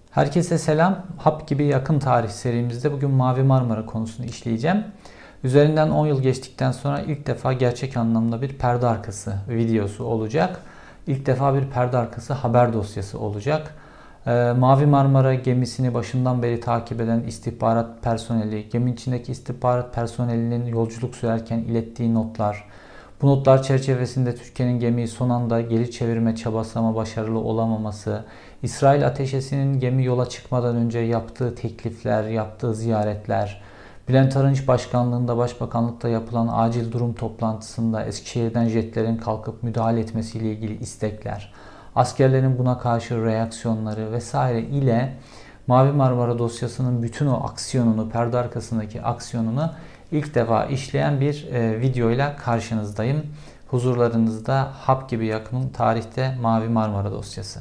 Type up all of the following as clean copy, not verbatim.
Herkese selam. Hap gibi yakın tarih serimizde bugün Mavi Marmara konusunu işleyeceğim. Üzerinden 10 yıl geçtikten sonra ilk defa gerçek anlamda bir perde arkası videosu olacak. İlk defa bir perde arkası haber dosyası olacak. Mavi Marmara gemisini başından beri takip eden istihbarat personeli, geminin içindeki istihbarat personelinin yolculuk sürerken ilettiği notlar, bu notlar çerçevesinde Türkiye'nin gemiyi son anda geri çevirme çabası ama başarılı olamaması, İsrail ateşesinin gemi yola çıkmadan önce yaptığı teklifler, yaptığı ziyaretler, Bülent Arınç başkanlığında, başbakanlıkta yapılan acil durum toplantısında Eskişehir'den jetlerin kalkıp müdahale etmesiyle ilgili istekler, askerlerin buna karşı reaksiyonları vesaire ile Mavi Marmara dosyasının bütün o aksiyonunu, perde arkasındaki aksiyonunu ilk defa işleyen bir videoyla karşınızdayım. Huzurlarınızda hap gibi yakın tarihte Mavi Marmara dosyası.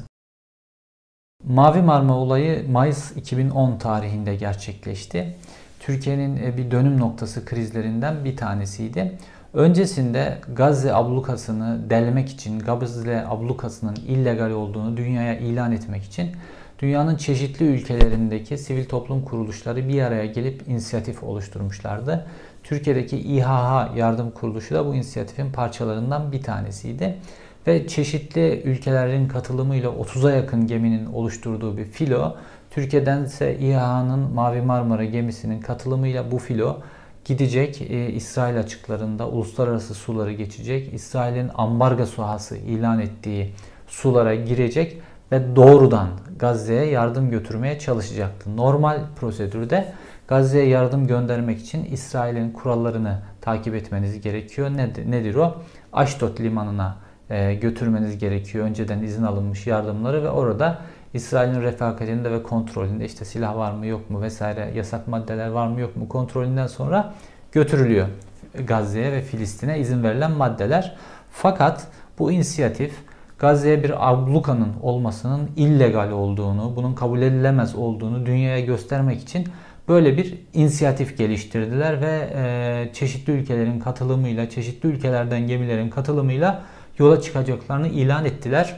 Mavi Marmara olayı Mayıs 2010 tarihinde gerçekleşti. Türkiye'nin bir dönüm noktası krizlerinden bir tanesiydi. Öncesinde Gazze ablukasını delmek için, Gazze ablukasının illegal olduğunu dünyaya ilan etmek için dünyanın çeşitli ülkelerindeki sivil toplum kuruluşları bir araya gelip inisiyatif oluşturmuşlardı. Türkiye'deki İHH yardım kuruluşu da bu inisiyatifin parçalarından bir tanesiydi. Ve çeşitli ülkelerin katılımıyla 30'a yakın geminin oluşturduğu bir filo, Türkiye'den ise İHH'nın Mavi Marmara gemisinin katılımıyla bu filo gidecek, İsrail açıklarında uluslararası suları geçecek, İsrail'in ambargo sahası ilan ettiği sulara girecek ve doğrudan Gazze'ye yardım götürmeye çalışacaktı. Normal prosedürde Gazze'ye yardım göndermek için İsrail'in kurallarını takip etmeniz gerekiyor. Nedir o? Aşdod limanına götürmeniz gerekiyor. Önceden izin alınmış yardımları ve orada İsrail'in refakatinde ve kontrolünde işte silah var mı yok mu vesaire yasak maddeler var mı yok mu kontrolünden sonra götürülüyor Gazze'ye ve Filistin'e izin verilen maddeler. Fakat bu inisiyatif Gazze'ye bir ablukanın olmasının illegal olduğunu, bunun kabul edilemez olduğunu dünyaya göstermek için böyle bir inisiyatif geliştirdiler ve çeşitli ülkelerin katılımıyla, çeşitli ülkelerden gemilerin katılımıyla yola çıkacaklarını ilan ettiler.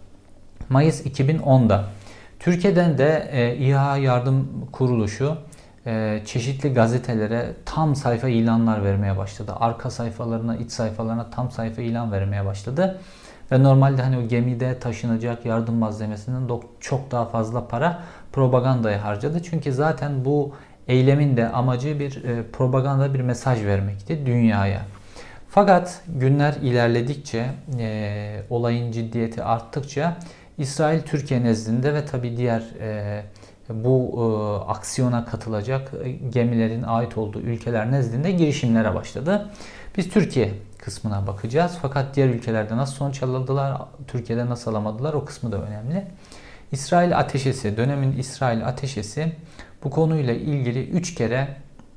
Mayıs 2010'da. Türkiye'den de İHA Yardım Kuruluşu çeşitli gazetelere tam sayfa ilanlar vermeye başladı. Arka sayfalarına, iç sayfalarına tam sayfa ilan vermeye başladı. Ve normalde hani o gemide taşınacak yardım malzemesinden çok daha fazla para propagandaya harcadı. Çünkü zaten bu eylemin de amacı bir propaganda, bir mesaj vermekti dünyaya. Fakat günler ilerledikçe, olayın ciddiyeti arttıkça İsrail Türkiye nezdinde ve tabi diğer bu aksiyona katılacak gemilerin ait olduğu ülkeler nezdinde girişimlere başladı. Biz Türkiye kısmına bakacağız. Fakat diğer ülkelerde nasıl sonuç aldılar, Türkiye'de nasıl alamadılar o kısmı da önemli. İsrail ateşesi, dönemin İsrail ateşesi bu konuyla ilgili 3 kere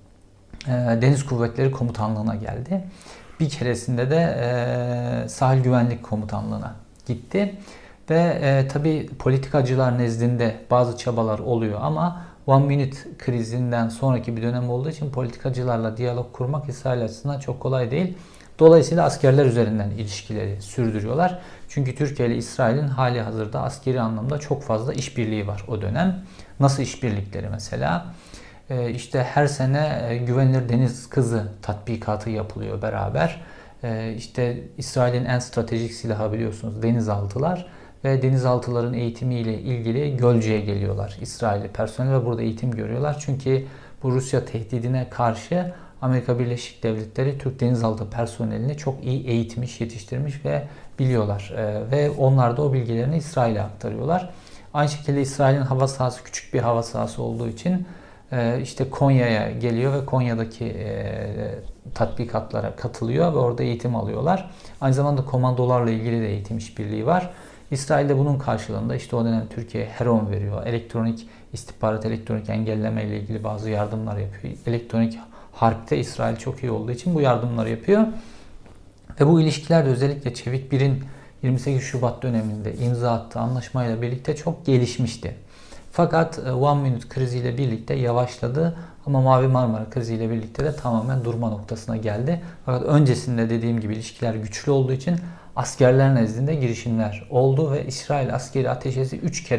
Deniz Kuvvetleri Komutanlığı'na geldi. Bir keresinde de Sahil Güvenlik Komutanlığı'na gitti. Ve tabi politikacılar nezdinde bazı çabalar oluyor ama One Minute krizinden sonraki bir dönem olduğu için politikacılarla diyalog kurmak İsrail açısından çok kolay değil. Dolayısıyla askerler üzerinden ilişkileri sürdürüyorlar. Çünkü Türkiye ile İsrail'in hali hazırda askeri anlamda çok fazla işbirliği var o dönem. Nasıl işbirlikleri mesela? İşte her sene güvenilir deniz kızı tatbikatı yapılıyor beraber. İşte İsrail'in en stratejik silahı biliyorsunuz denizaltılar. Ve denizaltıların eğitimiyle ilgili Gölce'ye geliyorlar İsrailli personel ve burada eğitim görüyorlar. Çünkü bu Rusya tehdidine karşı Amerika Birleşik Devletleri Türk denizaltı personelini çok iyi eğitmiş, yetiştirmiş ve biliyorlar. Ve onlar da o bilgilerini İsrail'e aktarıyorlar. Aynı şekilde İsrail'in hava sahası küçük bir hava sahası olduğu için işte Konya'ya geliyor ve Konya'daki tatbikatlara katılıyor ve orada eğitim alıyorlar. Aynı zamanda komandolarla ilgili de eğitim işbirliği var. İsrail de bunun karşılığında işte o dönem Türkiye'ye Heron veriyor. Elektronik istihbarat, elektronik engelleme ile ilgili bazı yardımlar yapıyor. Elektronik harpte İsrail çok iyi olduğu için bu yardımları yapıyor. Ve bu ilişkiler de özellikle Çevik 1'in 28 Şubat döneminde imza attığı anlaşmayla birlikte çok gelişmişti. Fakat One Minute kriziyle birlikte yavaşladı ama Mavi Marmara kriziyle birlikte de tamamen durma noktasına geldi. Fakat öncesinde dediğim gibi ilişkiler güçlü olduğu için askerler nezdinde girişimler oldu ve İsrail askeri ateşesi 3 kere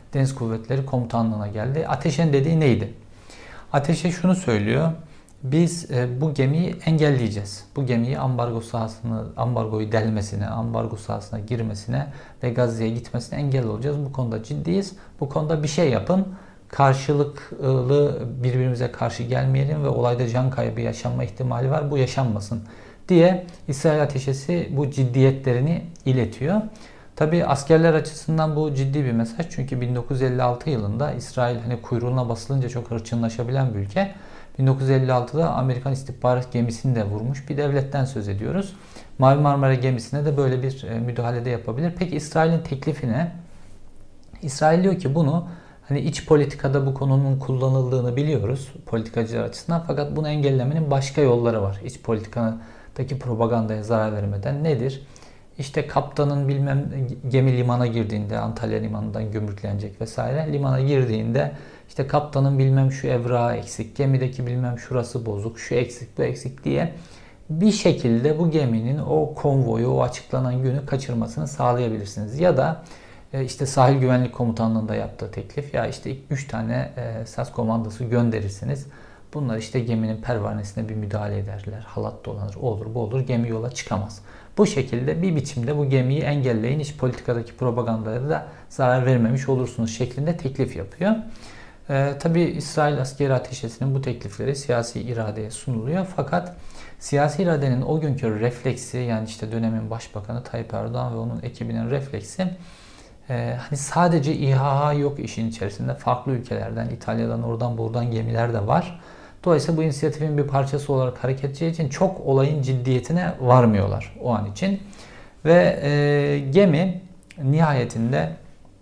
Deniz Kuvvetleri Komutanlığı'na geldi. Ateşe'nin dediği neydi? Ateşe şunu söylüyor. Biz bu gemiyi engelleyeceğiz. Bu gemiyi ambargoyu delmesine, ambargo sahasına girmesine ve Gazze'ye gitmesine engel olacağız. Bu konuda ciddiyiz. Bu konuda bir şey yapın. Karşılıklı birbirimize karşı gelmeyelim ve olayda can kaybı yaşanma ihtimali var. Bu yaşanmasın diye İsrail ateşesi bu ciddiyetlerini iletiyor. Tabi askerler açısından bu ciddi bir mesaj. Çünkü 1956 yılında İsrail hani kuyruğuna basılınca çok hırçınlaşabilen bir ülke. 1956'da Amerikan istihbarat gemisini de vurmuş bir devletten söz ediyoruz. Mavi Marmara gemisine de böyle bir müdahalede yapabilir. Peki İsrail'in teklifi ne? İsrail diyor ki bunu hani iç politikada bu konunun kullanıldığını biliyoruz politikacılar açısından, fakat bunu engellemenin başka yolları var. İç politikadaki propagandaya zarar vermeden nedir? İşte kaptanın bilmem gemi limana girdiğinde Antalya limanından gümrüklenecek vesaire. Limana girdiğinde işte kaptanın bilmem şu evrağı eksik, gemideki bilmem şurası bozuk, şu eksik, bu eksik diye bir şekilde bu geminin o konvoyu, o açıklanan günü kaçırmasını sağlayabilirsiniz. Ya da işte Sahil Güvenlik Komutanlığı'nda yaptığı teklif, ya işte 3 tane SAS komandosu gönderirsiniz. Bunlar işte geminin pervanesine bir müdahale ederler. Halat dolanır, o olur, bu olur, gemi yola çıkamaz. Bu şekilde bir biçimde bu gemiyi engelleyin, iç politikadaki propagandaya da zarar vermemiş olursunuz şeklinde teklif yapıyor. Tabi İsrail askeri ateşesinin bu teklifleri siyasi iradeye sunuluyor. Fakat siyasi iradenin o günkü refleksi, yani işte dönemin başbakanı Tayyip Erdoğan ve onun ekibinin refleksi, hani sadece İHA yok işin içerisinde. Farklı ülkelerden, İtalya'dan, oradan buradan gemiler de var. Dolayısıyla bu inisiyatifin bir parçası olarak hareket edeceği için çok olayın ciddiyetine varmıyorlar o an için. Ve gemi nihayetinde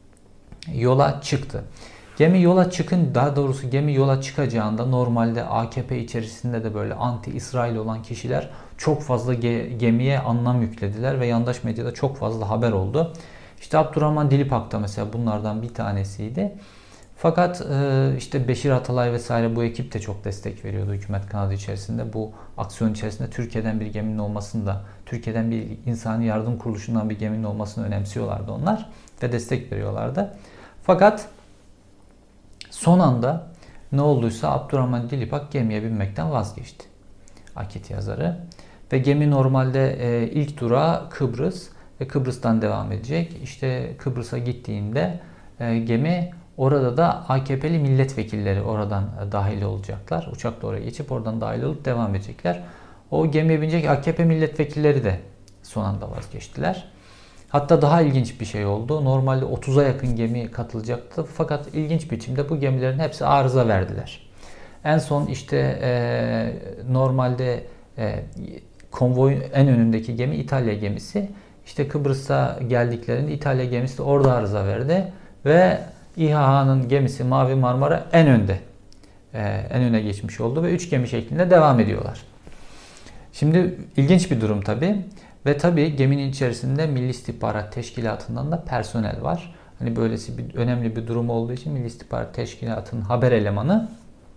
yola çıktı. Gemi yola daha doğrusu gemi yola çıkacağında normalde AKP içerisinde de böyle anti-İsrail olan kişiler çok fazla gemiye anlam yüklediler ve yandaş medyada çok fazla haber oldu. İşte Abdurrahman Dilipak da mesela bunlardan bir tanesiydi. Fakat işte Beşir Atalay vesaire bu ekip de çok destek veriyordu hükümet kanadı içerisinde. Bu aksiyon içerisinde Türkiye'den bir geminin olmasını da, Türkiye'den bir insani yardım kuruluşundan bir geminin olmasını önemsiyorlardı onlar ve destek veriyorlardı. Fakat son anda ne olduysa Abdurrahman Dilipak gemiye binmekten vazgeçti. Akit yazarı. Ve gemi normalde ilk durağı Kıbrıs ve Kıbrıs'tan devam edecek. İşte Kıbrıs'a gittiğinde gemi, orada da AKP'li milletvekilleri oradan dahil olacaklar. Uçakla oraya geçip oradan dahil olup devam edecekler. O gemiye binecek AKP milletvekilleri de son anda vazgeçtiler. Hatta daha ilginç bir şey oldu. Normalde 30'a yakın gemi katılacaktı. Fakat ilginç biçimde bu gemilerin hepsi arıza verdiler. En son işte normalde konvoyun en önündeki gemi İtalya gemisi. İşte Kıbrıs'a geldiklerinde İtalya gemisi de orada arıza verdi. Ve İHA'nın gemisi Mavi Marmara en önde. En öne geçmiş oldu ve 3 gemi şeklinde devam ediyorlar. Şimdi ilginç bir durum tabii. Ve tabii geminin içerisinde Milli İstihbarat Teşkilatı'ndan da personel var. Hani böylesi bir önemli bir durum olduğu için Milli İstihbarat Teşkilatı'nın haber elemanı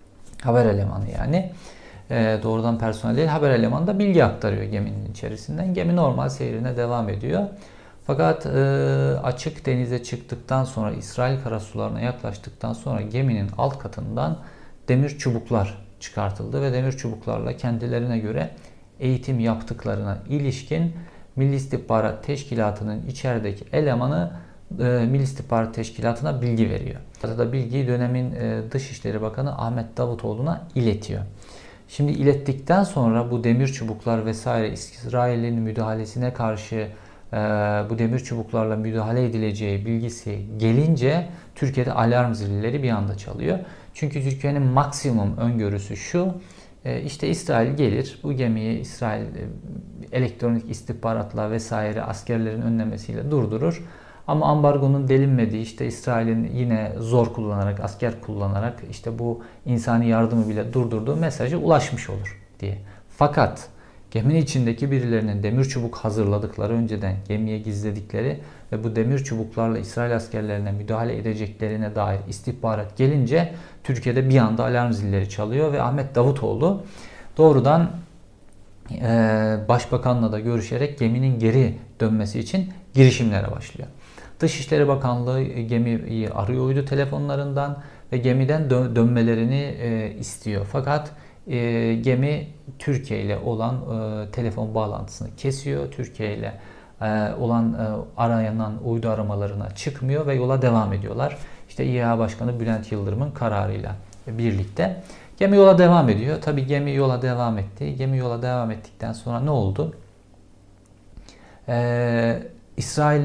yani doğrudan personel değil, haber elemanı da bilgi aktarıyor geminin içerisinden. Gemi normal seyrine devam ediyor. Fakat açık denize çıktıktan sonra, İsrail karasularına yaklaştıktan sonra geminin alt katından demir çubuklar çıkartıldı ve demir çubuklarla kendilerine göre eğitim yaptıklarına ilişkin Milli İstihbarat Teşkilatı'nın içerideki elemanı Milli İstihbarat Teşkilatı'na bilgi veriyor. Burada bilgiyi dönemin Dışişleri Bakanı Ahmet Davutoğlu'na iletiyor. Şimdi ilettikten sonra bu demir çubuklar vesaire İsrail'in müdahalesine karşı bu demir çubuklarla müdahale edileceği bilgisi gelince Türkiye'de alarm zilleri bir anda çalıyor. Çünkü Türkiye'nin maksimum öngörüsü şu: işte İsrail gelir, bu gemiyi İsrail elektronik istihbaratla vesaire askerlerin önlemesiyle durdurur. Ama ambargonun delinmediği, işte İsrail'in yine zor kullanarak, asker kullanarak işte bu insani yardımı bile durdurduğu mesajı ulaşmış olur diye. Fakat geminin içindeki birilerinin demir çubuk hazırladıkları, önceden gemiye gizledikleri ve bu demir çubuklarla İsrail askerlerine müdahale edeceklerine dair istihbarat gelince Türkiye'de bir anda alarm zilleri çalıyor ve Ahmet Davutoğlu doğrudan Başbakanla da görüşerek geminin geri dönmesi için girişimlere başlıyor. Dışişleri Bakanlığı gemiyi arıyor uydu telefonlarından ve gemiden dönmelerini istiyor. Fakat gemi Türkiye ile olan telefon bağlantısını kesiyor. Türkiye ile olan arayan uydu aramalarına çıkmıyor ve yola devam ediyorlar. İşte İHA Başkanı Bülent Yıldırım'ın kararıyla birlikte. Gemi yola devam ediyor. Tabii gemi yola devam etti. Gemi yola devam ettikten sonra ne oldu? İsrail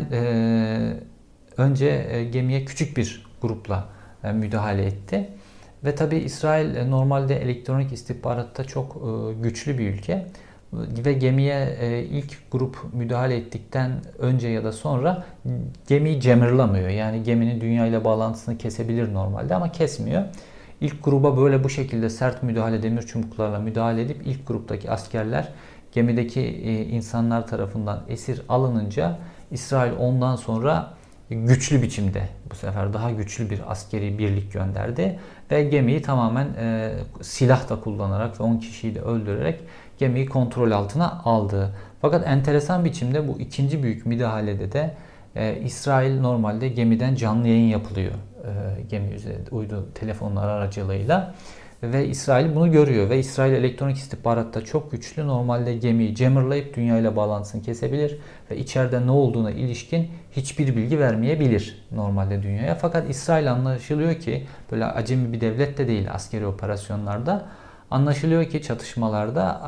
önce gemiye küçük bir grupla müdahale etti. Ve tabii İsrail normalde elektronik istihbaratta çok güçlü bir ülke. Ve gemiye ilk grup müdahale ettikten önce ya da sonra gemiyi cemirlamıyor. Yani geminin dünya ile bağlantısını kesebilir normalde ama kesmiyor. İlk gruba böyle bu şekilde sert müdahale, demir çubuklarla müdahale edip ilk gruptaki askerler gemideki insanlar tarafından esir alınınca İsrail ondan sonra güçlü biçimde bu sefer daha güçlü bir askeri birlik gönderdi ve gemiyi tamamen silah da kullanarak ve 10 kişiyi de öldürerek gemiyi kontrol altına aldı. Fakat enteresan biçimde bu ikinci büyük müdahalede de İsrail normalde gemiden canlı yayın yapılıyor. Gemi üzerinde uydu telefonlar aracılığıyla ve İsrail bunu görüyor ve İsrail elektronik istihbaratta çok güçlü. Normalde gemiyi jammerlayıp dünya ile bağlantısını kesebilir ve içeride ne olduğuna ilişkin hiçbir bilgi vermeyebilir normalde dünyaya. Fakat İsrail anlaşılıyor ki böyle acemi bir devlet de değil askeri operasyonlarda. Anlaşılıyor ki çatışmalarda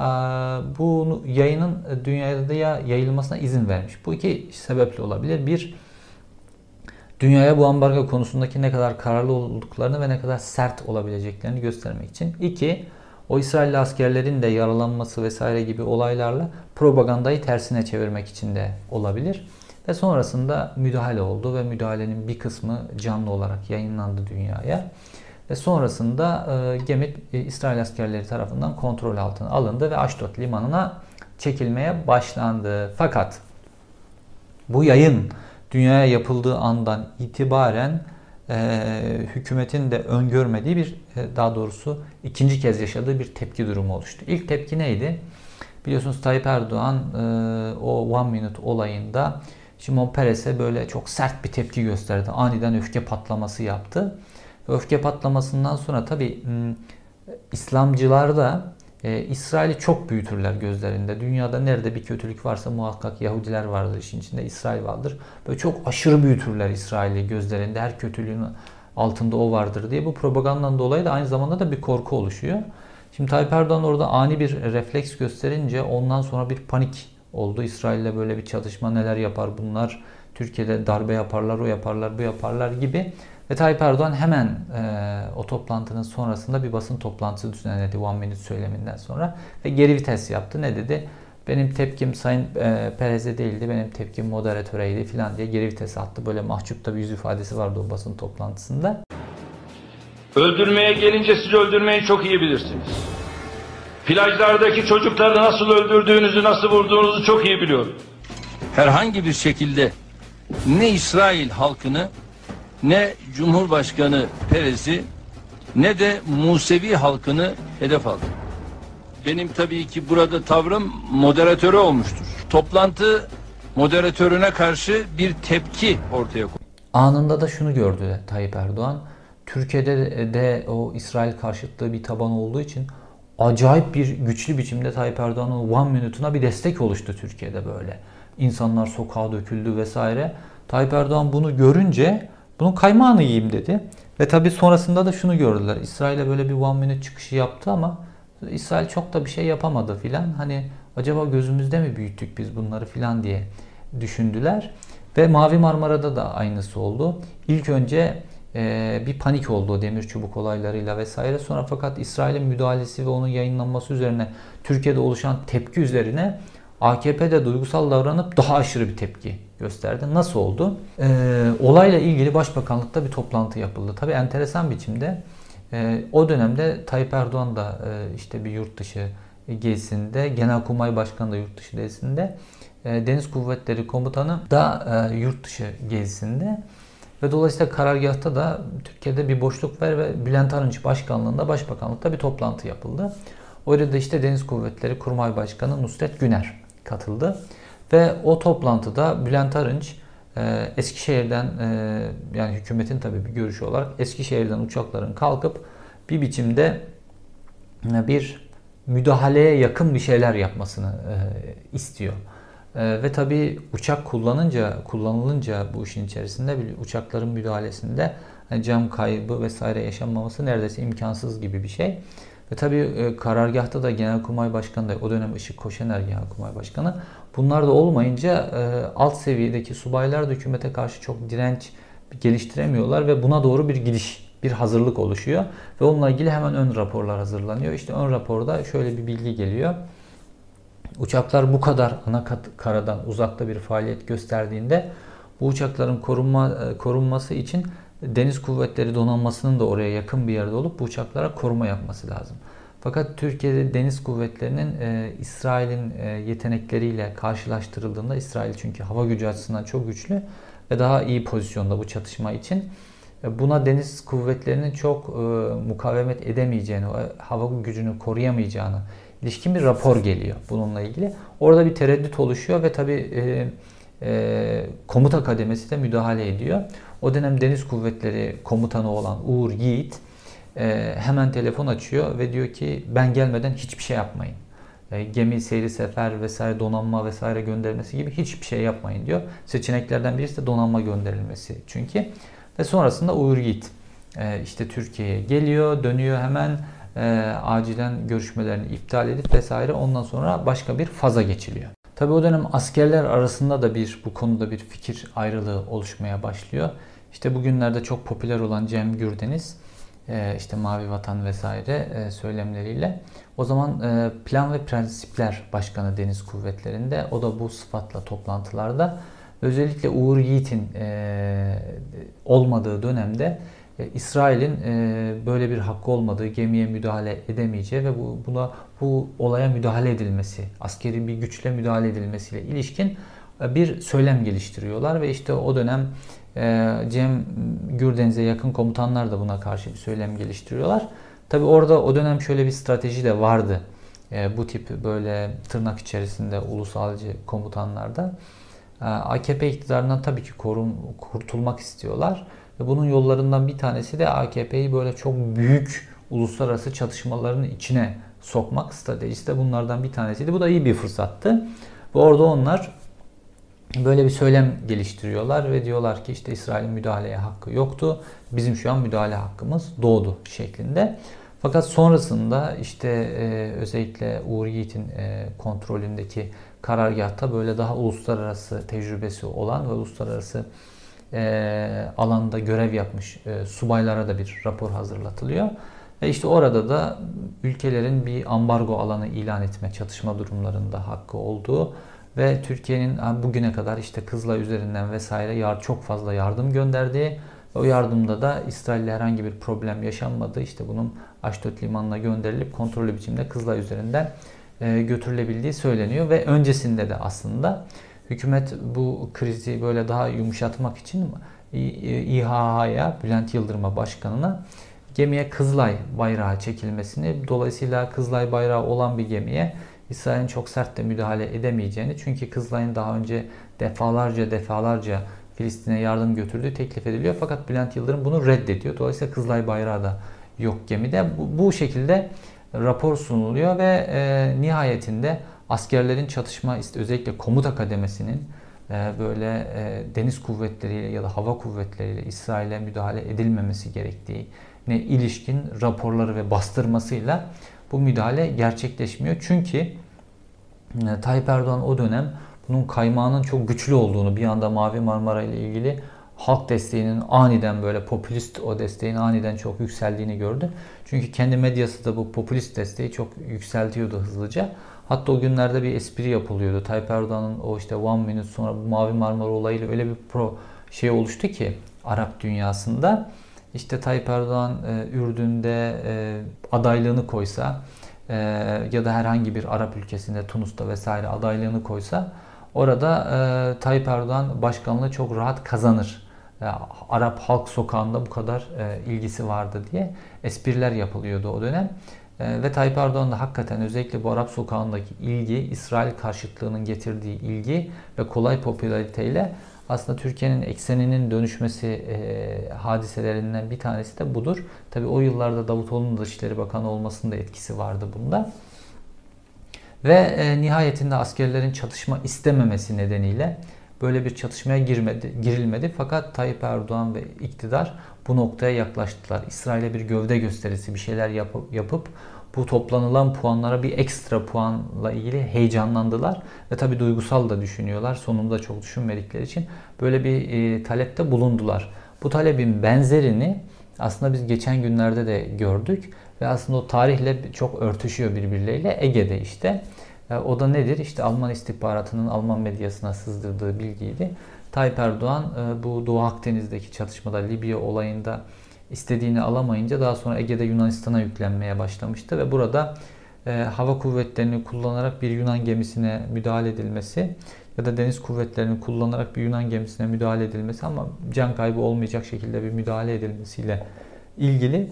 bu yayının dünyada yayılmasına izin vermiş. Bu iki sebeple olabilir. Bir, dünyaya bu ambargo konusundaki ne kadar kararlı olduklarını ve ne kadar sert olabileceklerini göstermek için. İki, o İsrailli askerlerin de yaralanması vesaire gibi olaylarla propagandayı tersine çevirmek için de olabilir. Ve sonrasında müdahale oldu ve müdahalenin bir kısmı canlı olarak yayınlandı dünyaya. Ve sonrasında gemi İsrail askerleri tarafından kontrol altına alındı ve Aşdod limanına çekilmeye başlandı. Fakat bu yayın dünyaya yapıldığı andan itibaren hükümetin de öngörmediği bir, daha doğrusu ikinci kez yaşadığı bir tepki durumu oluştu. İlk tepki neydi? Biliyorsunuz Tayyip Erdoğan o One Minute olayında Şimon Peres'e böyle çok sert bir tepki gösterdi. Aniden öfke patlaması yaptı. Öfke patlamasından sonra tabii İslamcılar da İsrail'i çok büyütürler gözlerinde. Dünyada nerede bir kötülük varsa muhakkak Yahudiler vardır işin içinde, İsrail vardır. Böyle çok aşırı büyütürler İsrail'i gözlerinde. Her kötülüğün altında o vardır diye. Bu propagandandan dolayı da aynı zamanda da bir korku oluşuyor. Şimdi Tayyip Erdoğan orada ani bir refleks gösterince ondan sonra bir panik oldu. İsrail'le böyle bir çatışma, neler yapar bunlar? Türkiye'de darbe yaparlar, o yaparlar, bu yaparlar gibi. Ve Tayyip Erdoğan hemen o toplantının sonrasında bir basın toplantısı düzenledi One Minute söyleminden sonra ve geri vites yaptı. Ne dedi? Benim tepkim Sayın Perez'e değildi, benim tepkim moderatöreydi falan diye geri vites attı. Böyle mahcup da bir yüz ifadesi vardı o basın toplantısında. Öldürmeye gelince siz öldürmeyi çok iyi bilirsiniz. Plajlardaki çocukları nasıl öldürdüğünüzü, nasıl vurduğunuzu çok iyi biliyorum. Herhangi bir şekilde ne İsrail halkını, ne Cumhurbaşkanı Perez'i, ne de Musevi halkını hedef aldı. Benim tabii ki burada tavrım moderatörü olmuştur. Toplantı moderatörüne karşı bir tepki ortaya koydu. Anında da şunu gördü Tayyip Erdoğan. Türkiye'de de o İsrail karşıtlığı bir taban olduğu için acayip bir güçlü biçimde Tayyip Erdoğan'ın One Minute'una bir destek oluştu Türkiye'de böyle. İnsanlar sokağa döküldü vesaire. Tayyip Erdoğan bunu görünce bunun kaymağını yiyeyim dedi. Ve tabii sonrasında da şunu gördüler. İsrail'e böyle bir One Minute çıkışı yaptı ama İsrail çok da bir şey yapamadı filan. Hani acaba gözümüzde mi büyüttük biz bunları filan diye düşündüler. Ve Mavi Marmara'da da aynısı oldu. İlk önce bir panik oldu o demir çubuk olaylarıyla vesaire. Sonra fakat İsrail'in müdahalesi ve onun yayınlanması üzerine Türkiye'de oluşan tepki üzerine AKP'de duygusal davranıp daha aşırı bir tepki gösterdi. Nasıl oldu? Olayla ilgili Başbakanlıkta bir toplantı yapıldı. Tabii enteresan biçimde o dönemde Tayyip Erdoğan da işte bir yurt dışı gezisinde, Genelkurmay Başkanı da yurt dışı gezisinde, Deniz Kuvvetleri Komutanı da yurt dışı gezisinde ve dolayısıyla karargahta da Türkiye'de bir boşluk var ve Bülent Arınç Başkanlığında Başbakanlıkta bir toplantı yapıldı. Orada da işte Deniz Kuvvetleri Kurmay Başkanı Nusret Güner katıldı. Ve o toplantıda Bülent Arınç Eskişehir'den yani hükümetin tabii bir görüşü olarak Eskişehir'den uçakların kalkıp bir biçimde bir müdahaleye yakın bir şeyler yapmasını istiyor. Ve tabii uçak kullanılınca bu işin içerisinde uçakların müdahalesinde can kaybı vesaire yaşanmaması neredeyse imkansız gibi bir şey. Ve tabii karargahta da Genelkurmay Başkanı da o dönem Işık Koşener Genelkurmay Başkanı, bunlar da olmayınca alt seviyedeki subaylar da hükümete karşı çok direnç geliştiremiyorlar ve buna doğru bir gidiş, bir hazırlık oluşuyor. Ve onunla ilgili hemen ön raporlar hazırlanıyor. İşte ön raporda şöyle bir bilgi geliyor. Uçaklar bu kadar ana karadan uzakta bir faaliyet gösterdiğinde bu uçakların korunması için Deniz Kuvvetleri Donanması'nın da oraya yakın bir yerde olup bu uçaklara koruma yapması lazım. Fakat Türkiye'de Deniz Kuvvetleri'nin İsrail'in yetenekleriyle karşılaştırıldığında, İsrail çünkü hava gücü açısından çok güçlü ve daha iyi pozisyonda bu çatışma için, buna Deniz Kuvvetleri'nin çok mukavemet edemeyeceğini, hava gücünü koruyamayacağını ilişkin bir rapor geliyor bununla ilgili. Orada bir tereddüt oluşuyor ve tabii komuta kademesi de müdahale ediyor. O dönem Deniz Kuvvetleri Komutanı olan Uğur Yiğit hemen telefon açıyor ve diyor ki ben gelmeden hiçbir şey yapmayın. Gemi seyri sefer vesaire, donanma vesaire gönderilmesi gibi hiçbir şey yapmayın diyor. Seçeneklerden birisi de donanma gönderilmesi çünkü. Ve sonrasında Uğur Yiğit işte Türkiye'ye geliyor, dönüyor hemen acilen görüşmelerini iptal edip vesaire, ondan sonra başka bir faza geçiliyor. Tabii o dönem askerler arasında da bu konuda bir fikir ayrılığı oluşmaya başlıyor. İşte bugünlerde çok popüler olan Cem Gürdeniz, işte Mavi Vatan vesaire söylemleriyle, o zaman Plan ve Prensipler Başkanı Deniz Kuvvetleri'nde, o da bu sıfatla toplantılarda, özellikle Uğur Yiğit'in olmadığı dönemde İsrail'in böyle bir hakkı olmadığı, gemiye müdahale edemeyeceği ve bu olaya müdahale edilmesi, askeri bir güçle müdahale edilmesiyle ilişkin bir söylem geliştiriyorlar ve işte o dönem Cem Gürdeniz'e yakın komutanlar da buna karşı bir söylem geliştiriyorlar. Tabi orada o dönem şöyle bir strateji de vardı. Bu tip böyle tırnak içerisinde ulusalcı komutanlarda AKP iktidarından tabii ki kurtulmak istiyorlar. Ve bunun yollarından bir tanesi de AKP'yi böyle çok büyük uluslararası çatışmaların içine sokmak, stratejisi de bunlardan bir tanesiydi. Bu da iyi bir fırsattı. Ve orada onlar böyle bir söylem geliştiriyorlar ve diyorlar ki işte İsrail'in müdahaleye hakkı yoktu. Bizim şu an müdahale hakkımız doğdu şeklinde. Fakat sonrasında işte özellikle Uğur Yiğit'in kontrolündeki karargahta böyle daha uluslararası tecrübesi olan ve uluslararası alanda görev yapmış subaylara da bir rapor hazırlatılıyor. Ve işte orada da ülkelerin bir ambargo alanı ilan etme, çatışma durumlarında hakkı olduğu ve Türkiye'nin bugüne kadar işte Kızılay üzerinden vesaire çok fazla yardım gönderdiği, o yardımda da İsrail'le herhangi bir problem yaşanmadığı, işte bunun Aşdod limanına gönderilip kontrollü biçimde Kızılay üzerinden götürülebildiği söyleniyor ve öncesinde de aslında hükümet bu krizi böyle daha yumuşatmak için İHA'ya, Bülent Yıldırım'a, başkanına, gemiye Kızılay bayrağı çekilmesini, dolayısıyla Kızılay bayrağı olan bir gemiye İsrail'in çok sert de müdahale edemeyeceğini, çünkü Kızılay'ın daha önce defalarca Filistin'e yardım götürdüğü teklif ediliyor. Fakat Bülent Yıldırım bunu reddediyor. Dolayısıyla Kızılay bayrağı da yok gemide. Bu şekilde rapor sunuluyor ve nihayetinde askerlerin çatışma, özellikle komuta kademesinin böyle deniz kuvvetleriyle ya da hava kuvvetleriyle İsrail'e müdahale edilmemesi gerektiğine ilişkin raporları ve bastırmasıyla bu müdahale gerçekleşmiyor. Çünkü Tayyip Erdoğan o dönem bunun kaymağının çok güçlü olduğunu, bir anda Mavi Marmara ile ilgili halk desteğinin aniden, böyle popülist o desteğin aniden çok yükseldiğini gördü. Çünkü kendi medyası da bu popülist desteği çok yükseltiyordu hızlıca. Hatta o günlerde bir espri yapılıyordu. Tayyip Erdoğan'ın o işte One Minute sonra bu Mavi Marmara olayıyla öyle bir oluştu ki Arap dünyasında. İşte Tayyip Erdoğan Ürdün'de adaylığını koysa ya da herhangi bir Arap ülkesinde, Tunus'ta vesaire adaylığını koysa, orada Tayyip Erdoğan başkanlığı çok rahat kazanır. Arap halk sokağında bu kadar ilgisi vardı diye espriler yapılıyordu o dönem. Ve Tayyip Erdoğan da hakikaten özellikle bu Arap sokağındaki ilgi, İsrail karşıtlığının getirdiği ilgi ve kolay popülariteyle Aslında Türkiye'nin ekseninin dönüşmesi hadiselerinden bir tanesi de budur. Tabii o yıllarda Davutoğlu'nun Dışişleri Bakanı olmasının da etkisi vardı bunda. Ve nihayetinde askerlerin çatışma istememesi nedeniyle böyle bir çatışmaya girilmedi. Fakat Tayyip Erdoğan ve iktidar bu noktaya yaklaştılar. İsrail'e bir gövde gösterisi, bir şeyler yapıp bu toplanılan puanlara bir ekstra puanla ilgili heyecanlandılar. Ve tabii duygusal da düşünüyorlar. Sonunda çok düşünmedikleri için böyle bir talepte bulundular. Bu talebin benzerini aslında biz geçen günlerde de gördük. Ve aslında o tarihle çok örtüşüyor birbirleriyle. Ege'de işte. O da nedir? İşte Alman istihbaratının Alman medyasına sızdırdığı bilgiydi. Tayyip Erdoğan bu Doğu Akdeniz'deki çatışmada, Libya olayında istediğini alamayınca daha sonra Ege'de Yunanistan'a yüklenmeye başlamıştı ve burada hava kuvvetlerini kullanarak bir Yunan gemisine müdahale edilmesi ya da deniz kuvvetlerini kullanarak bir Yunan gemisine müdahale edilmesi ama can kaybı olmayacak şekilde bir müdahale edilmesiyle ilgili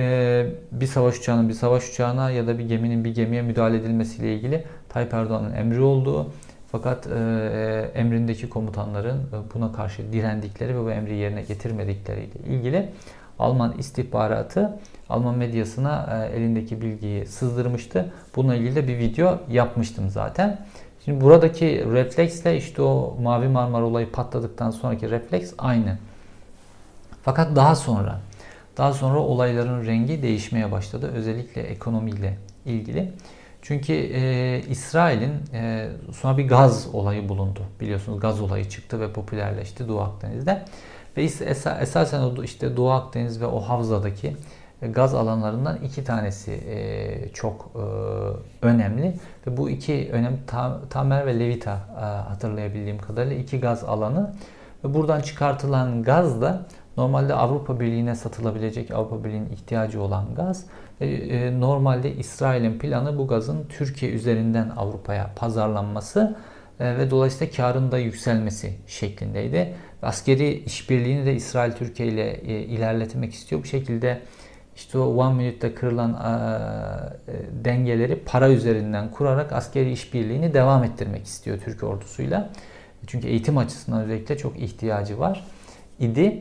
bir savaş uçağına ya da bir geminin bir gemiye müdahale edilmesiyle ilgili Tayyip Erdoğan'ın emri olduğu, fakat emrindeki komutanların buna karşı direndikleri ve bu emri yerine getirmedikleriyle ilgili Alman istihbaratı Alman medyasına elindeki bilgiyi sızdırmıştı. Bununla ilgili de bir video yapmıştım zaten. Şimdi buradaki refleksle işte o Mavi Marmara olayı patladıktan sonraki refleks aynı. Fakat daha sonra olayların rengi değişmeye başladı. Özellikle ekonomiyle ilgili. Çünkü İsrail'in sonra bir gaz olayı bulundu. Biliyorsunuz gaz olayı çıktı ve popülerleşti Doğu Akdeniz'de. Ve esasen o işte Doğu Akdeniz ve o havzadaki gaz alanlarından iki tanesi çok önemli. Ve bu iki önemli Tamer ve Levita hatırlayabildiğim kadarıyla iki gaz alanı. Ve buradan çıkartılan gaz da normalde Avrupa Birliği'ne satılabilecek, Avrupa Birliği'nin ihtiyacı olan gaz. Normalde İsrail'in planı bu gazın Türkiye üzerinden Avrupa'ya pazarlanması ve dolayısıyla karın da yükselmesi şeklindeydi. Askeri işbirliğini de İsrail Türkiye ile ilerletmek istiyor. Bu şekilde işte o One Minute'da kırılan dengeleri para üzerinden kurarak askeri işbirliğini devam ettirmek istiyor Türk ordusuyla. Çünkü eğitim açısından özellikle çok ihtiyacı var idi.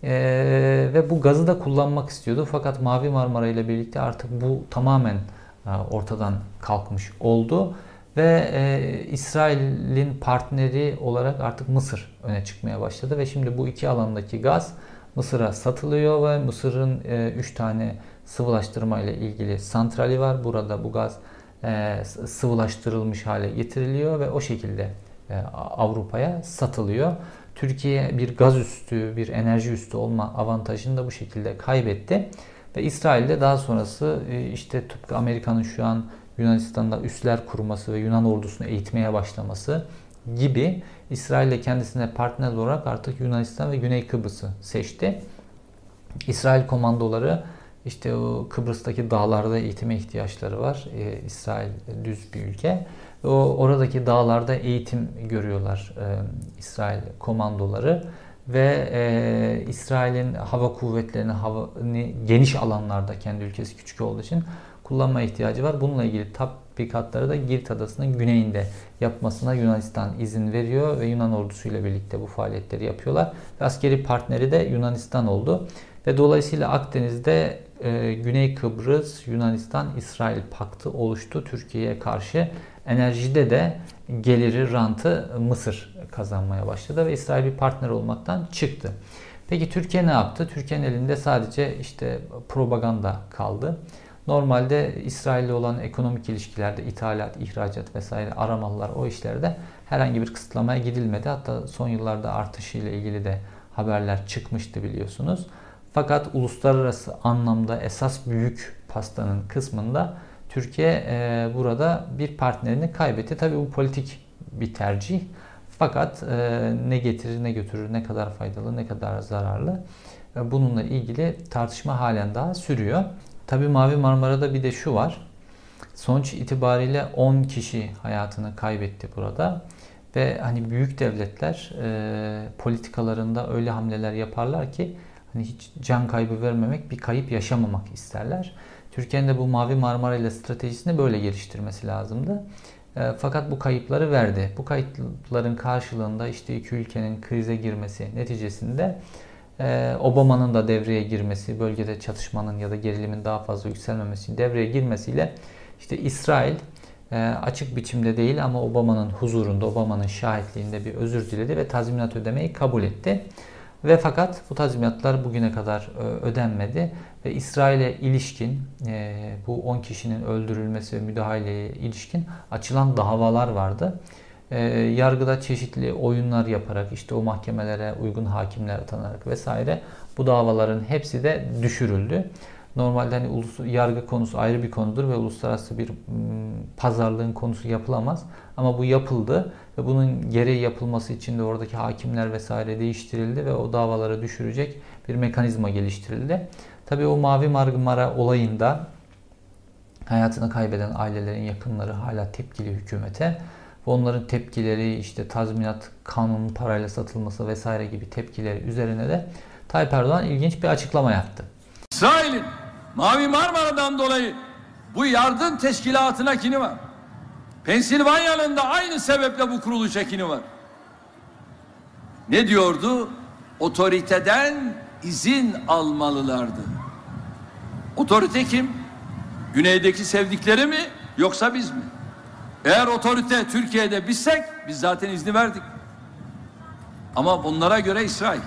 Ve bu gazı da kullanmak istiyordu. Fakat Mavi Marmara ile birlikte artık bu tamamen ortadan kalkmış oldu. Ve İsrail'in partneri olarak artık Mısır öne çıkmaya başladı. Ve şimdi bu iki alandaki gaz Mısır'a satılıyor ve Mısır'ın 3 tane sıvılaştırma ile ilgili santrali var. Burada bu gaz sıvılaştırılmış hale getiriliyor ve o şekilde Avrupa'ya satılıyor. Türkiye bir gaz üstü, bir enerji üstü olma avantajını da bu şekilde kaybetti. Ve İsrail'de daha sonrası işte tıpkı Amerika'nın şu an Yunanistan'da üsler kurması ve Yunan ordusunu eğitmeye başlaması gibi İsrail'de kendisine partner olarak artık Yunanistan ve Güney Kıbrıs'ı seçti. İsrail komandoları işte o Kıbrıs'taki dağlarda eğitime ihtiyaçları var. İsrail düz bir ülke. Oradaki dağlarda eğitim görüyorlar İsrail komandoları ve İsrail'in hava kuvvetlerini geniş alanlarda, kendi ülkesi küçük olduğu için kullanma ihtiyacı var. Bununla ilgili tatbikatları da Girit Adası'nın güneyinde yapmasına Yunanistan izin veriyor ve Yunan ordusuyla birlikte bu faaliyetleri yapıyorlar. Ve askeri partneri de Yunanistan oldu. Ve dolayısıyla Akdeniz'de Güney Kıbrıs, Yunanistan, İsrail paktı oluştu Türkiye'ye karşı. Enerjide de geliri, rantı Mısır kazanmaya başladı ve İsrail bir partner olmaktan çıktı. Peki Türkiye ne yaptı? Türkiye'nin elinde sadece işte propaganda kaldı. Normalde İsrail'le olan ekonomik ilişkilerde ithalat, ihracat vesaire aramalar, o işlerde herhangi bir kısıtlamaya gidilmedi. Hatta son yıllarda artışıyla ilgili de haberler çıkmıştı biliyorsunuz. Fakat uluslararası anlamda esas büyük pastanın kısmında Türkiye burada bir partnerini kaybetti. Tabii bu politik bir tercih. Fakat ne getirir, ne götürür, ne kadar faydalı, ne kadar zararlı bununla ilgili tartışma halen daha sürüyor. Tabii Mavi Marmara'da bir de şu var. Sonuç itibariyle 10 kişi hayatını kaybetti burada. Ve hani büyük devletler politikalarında öyle hamleler yaparlar ki hani hiç can kaybı vermemek, bir kayıp yaşamamak isterler. Türkiye'nin de bu Mavi Marmara ile stratejisini böyle geliştirmesi lazımdı. Fakat bu kayıpları verdi. Bu kayıpların karşılığında işte iki ülkenin krize girmesi neticesinde Obama'nın da devreye girmesi, bölgede çatışmanın ya da gerilimin daha fazla yükselmemesi, devreye girmesiyle işte İsrail açık biçimde değil ama Obama'nın huzurunda, Obama'nın şahitliğinde bir özür diledi ve tazminat ödemeyi kabul etti. Ve fakat bu tazminatlar bugüne kadar ödenmedi ve İsrail'e ilişkin bu 10 kişinin öldürülmesi ve müdahaleye ilişkin açılan davalar vardı. Yargıda çeşitli oyunlar yaparak işte o mahkemelere uygun hakimler atanarak vesaire bu davaların hepsi de düşürüldü. Normalde hani yargı konusu ayrı bir konudur ve uluslararası bir pazarlığın konusu yapılamaz. Ama bu yapıldı ve bunun gereği yapılması için de oradaki hakimler vesaire değiştirildi ve o davaları düşürecek bir mekanizma geliştirildi. Tabii o Mavi Marmara olayında hayatını kaybeden ailelerin yakınları hala tepkili hükümete ve onların tepkileri işte tazminat, kanunun parayla satılması vesaire gibi tepkileri üzerine de Tayyip Erdoğan ilginç bir açıklama yaptı. İsrail'in Mavi Marmara'dan dolayı bu yardım teşkilatına kini var. Pensilvanya'nın da aynı sebeple bu kuruluşa kini var. Ne diyordu? Otoriteden izin almalılardı. Otorite kim? Güneydeki sevdikleri mi yoksa biz mi? Eğer otorite Türkiye'de bizsek biz zaten izni verdik. Ama bunlara göre İsrail.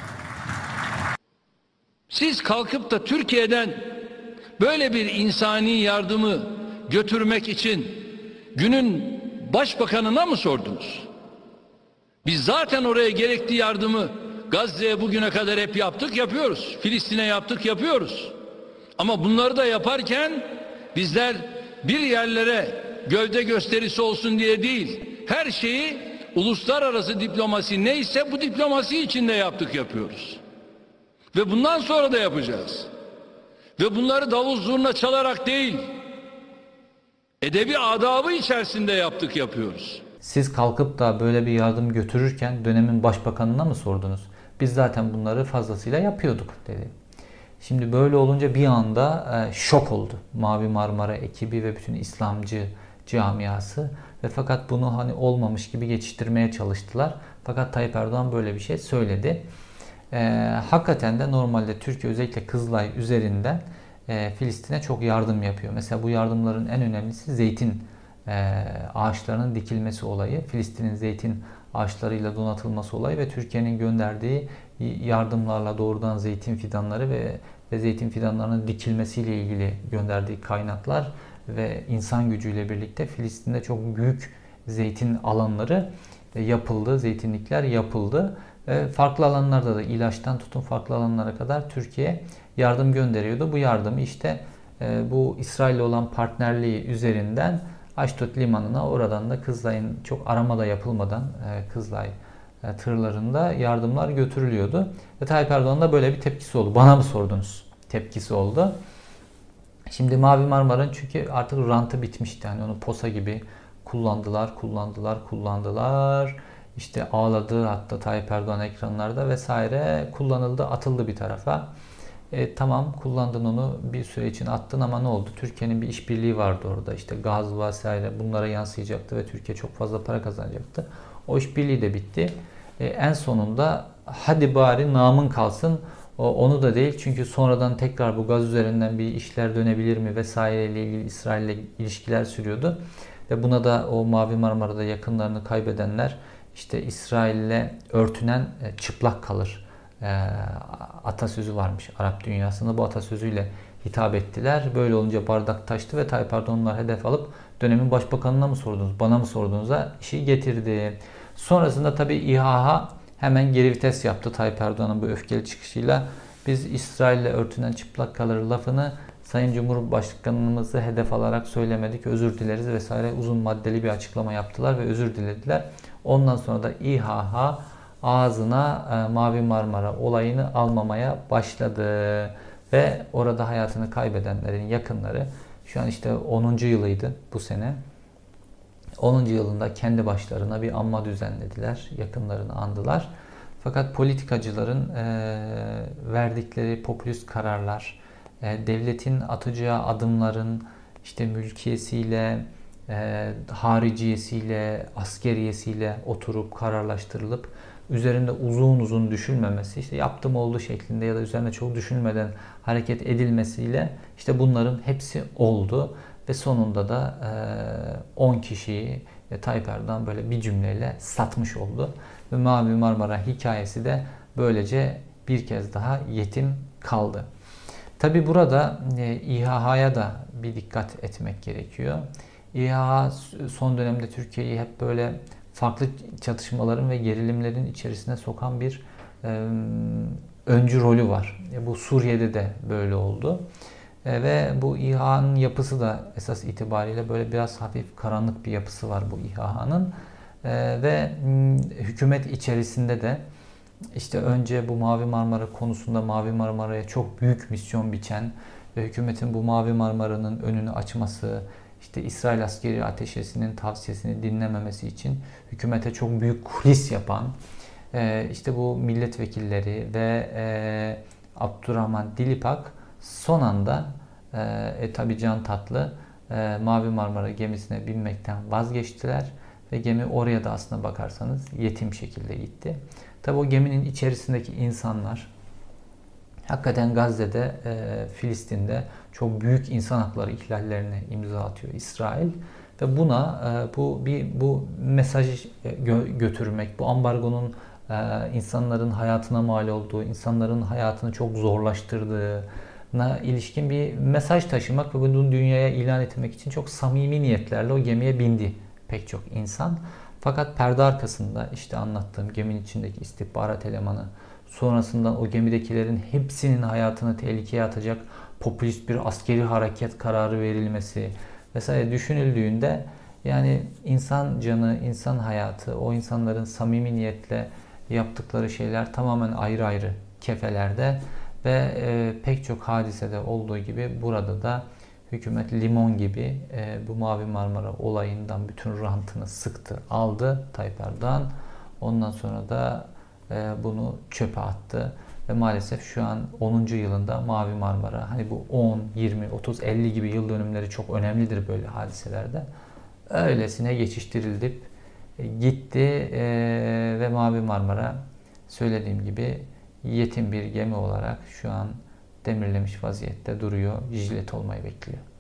Siz kalkıp da Türkiye'den böyle bir insani yardımı götürmek için günün başbakanına mı sordunuz? Biz zaten oraya gerekli yardımı Gazze'ye bugüne kadar hep yaptık, yapıyoruz. Filistin'e yaptık, yapıyoruz. Ama bunları da yaparken bizler bir yerlere gövde gösterisi olsun diye değil, her şeyi uluslararası diplomasi neyse bu diplomasi içinde yaptık, yapıyoruz. Ve bundan sonra da yapacağız. Ve bunları davul zurna çalarak değil, edebi adabı içerisinde yaptık, yapıyoruz. Siz kalkıp da böyle bir yardım götürürken dönemin başbakanına mı sordunuz? Biz zaten bunları fazlasıyla yapıyorduk dedi. Şimdi böyle olunca bir anda şok oldu Mavi Marmara ekibi ve bütün İslamcı camiası ve fakat bunu hani olmamış gibi geçiştirmeye çalıştılar. Fakat Tayyip Erdoğan böyle bir şey söyledi. Hakikaten de normalde Türkiye özellikle Kızılay üzerinden Filistin'e çok yardım yapıyor. Mesela bu yardımların en önemlisi zeytin ağaçlarının dikilmesi olayı. Filistin'in zeytin ağaçlarıyla donatılması olayı ve Türkiye'nin gönderdiği yardımlarla doğrudan zeytin fidanları ve zeytin fidanlarının dikilmesiyle ilgili gönderdiği kaynaklar ve insan gücüyle birlikte Filistin'de çok büyük zeytin alanları yapıldı, zeytinlikler yapıldı. Farklı alanlarda da ilaçtan tutun farklı alanlara kadar Türkiye yardım gönderiyordu. Bu yardımı işte bu İsrail'le olan partnerliği üzerinden Aşdod limanına, oradan da Kızılay'ın çok arama da yapılmadan Kızılay tırlarında yardımlar götürülüyordu. Ve Tayyip Erdoğan'ın da böyle bir tepkisi oldu. Bana mı sordunuz? Tepkisi oldu. Şimdi Mavi Marmara'nın çünkü artık rantı bitmişti. Yani onu posa gibi kullandılar. İşte ağladı hatta Tayyip Erdoğan ekranlarda vesaire, kullanıldı, atıldı bir tarafa. Tamam, kullandın onu, bir süre için attın ama ne oldu? Türkiye'nin bir işbirliği vardı orada. İşte gaz vesaire bunlara yansıyacaktı ve Türkiye çok fazla para kazanacaktı. O işbirliği de bitti. En sonunda hadi bari namın kalsın. Onu da değil çünkü sonradan tekrar bu gaz üzerinden bir işler dönebilir mi vesaire ile ilgili İsrail'le ilişkiler sürüyordu. Ve buna da o Mavi Marmara'da yakınlarını kaybedenler işte İsrail'le örtünen çıplak kalır atasözü varmış Arap dünyasında. Bu atasözüyle hitap ettiler. Böyle olunca bardak taştı ve Tayyip Erdoğan'lar hedef alıp dönemin başbakanına mı sordunuz, bana mı sorduğunuza işi getirdi. Sonrasında tabii İHA hemen geri vites yaptı Tayyip Erdoğan'ın bu öfkeli çıkışıyla. Biz İsrail'le örtünen çıplak kalır lafını Sayın Cumhurbaşkanımızı hedef alarak söylemedik, özür dileriz vesaire, uzun maddeli bir açıklama yaptılar ve özür dilediler. Ondan sonra da İHA ağzına Mavi Marmara olayını almamaya başladı. Ve orada hayatını kaybedenlerin yakınları, şu an işte 10. yılıydı bu sene. 10. yılında kendi başlarına bir anma düzenlediler. Yakınlarını andılar. Fakat politikacıların verdikleri popülist kararlar, devletin atacağı adımların işte mülkiyesiyle, hariciyesiyle, askeriyesiyle oturup kararlaştırılıp üzerinde uzun uzun düşünmemesi, işte yaptım oldu şeklinde ya da üzerine çok düşünmeden hareket edilmesiyle işte bunların hepsi oldu ve sonunda da 10 kişiyi Tayyip Erdoğan böyle bir cümleyle satmış oldu ve Mavi Marmara hikayesi de böylece bir kez daha yetim kaldı. Tabi burada İHH'ya da bir dikkat etmek gerekiyor. İHH son dönemde Türkiye'yi hep böyle farklı çatışmaların ve gerilimlerin içerisine sokan bir öncü rolü var. Bu Suriye'de de böyle oldu. Ve bu İHA'nın yapısı da esas itibariyle böyle biraz hafif karanlık bir yapısı var bu İHA'nın. Ve hükümet içerisinde de işte önce bu Mavi Marmara konusunda Mavi Marmara'ya çok büyük misyon biçen ve hükümetin bu Mavi Marmara'nın önünü açması, işte İsrail askeri ateşkesinin tavsiyesini dinlememesi için hükümete çok büyük kulis yapan işte bu milletvekilleri ve Abdurrahman Dilipak son anda tabi Can Tatlı Mavi Marmara gemisine binmekten vazgeçtiler ve gemi oraya da aslına bakarsanız yetim şekilde gitti. Tabi o geminin içerisindeki insanlar hakikaten Gazze'de, Filistin'de çok büyük insan hakları ihlallerine imza atıyor İsrail ve buna bu mesajı götürmek, bu ambargonun insanların hayatına mal olduğu, insanların hayatını çok zorlaştırdığına ilişkin bir mesaj taşımak ve bunu dünyaya ilan etmek için çok samimi niyetlerle o gemiye bindi pek çok insan. Fakat perde arkasında işte anlattığım geminin içindeki istihbarat elemanı, sonrasında o gemidekilerin hepsinin hayatını tehlikeye atacak popülist bir askeri hareket kararı verilmesi vesaire düşünüldüğünde yani insan canı, insan hayatı, o insanların samimi niyetle yaptıkları şeyler tamamen ayrı ayrı kefelerde ve pek çok hadisede olduğu gibi burada da hükümet limon gibi bu Mavi Marmara olayından bütün rantını sıktı, aldı Tayyip Erdoğan. Ondan sonra da bunu çöpe attı. Ve maalesef şu an 10. yılında Mavi Marmara, hani bu 10, 20, 30, 50 gibi yıl dönümleri çok önemlidir böyle hadiselerde. Öylesine geçiştirildi, gitti ve Mavi Marmara söylediğim gibi yetim bir gemi olarak şu an demirlemiş vaziyette duruyor, jilet olmayı bekliyor.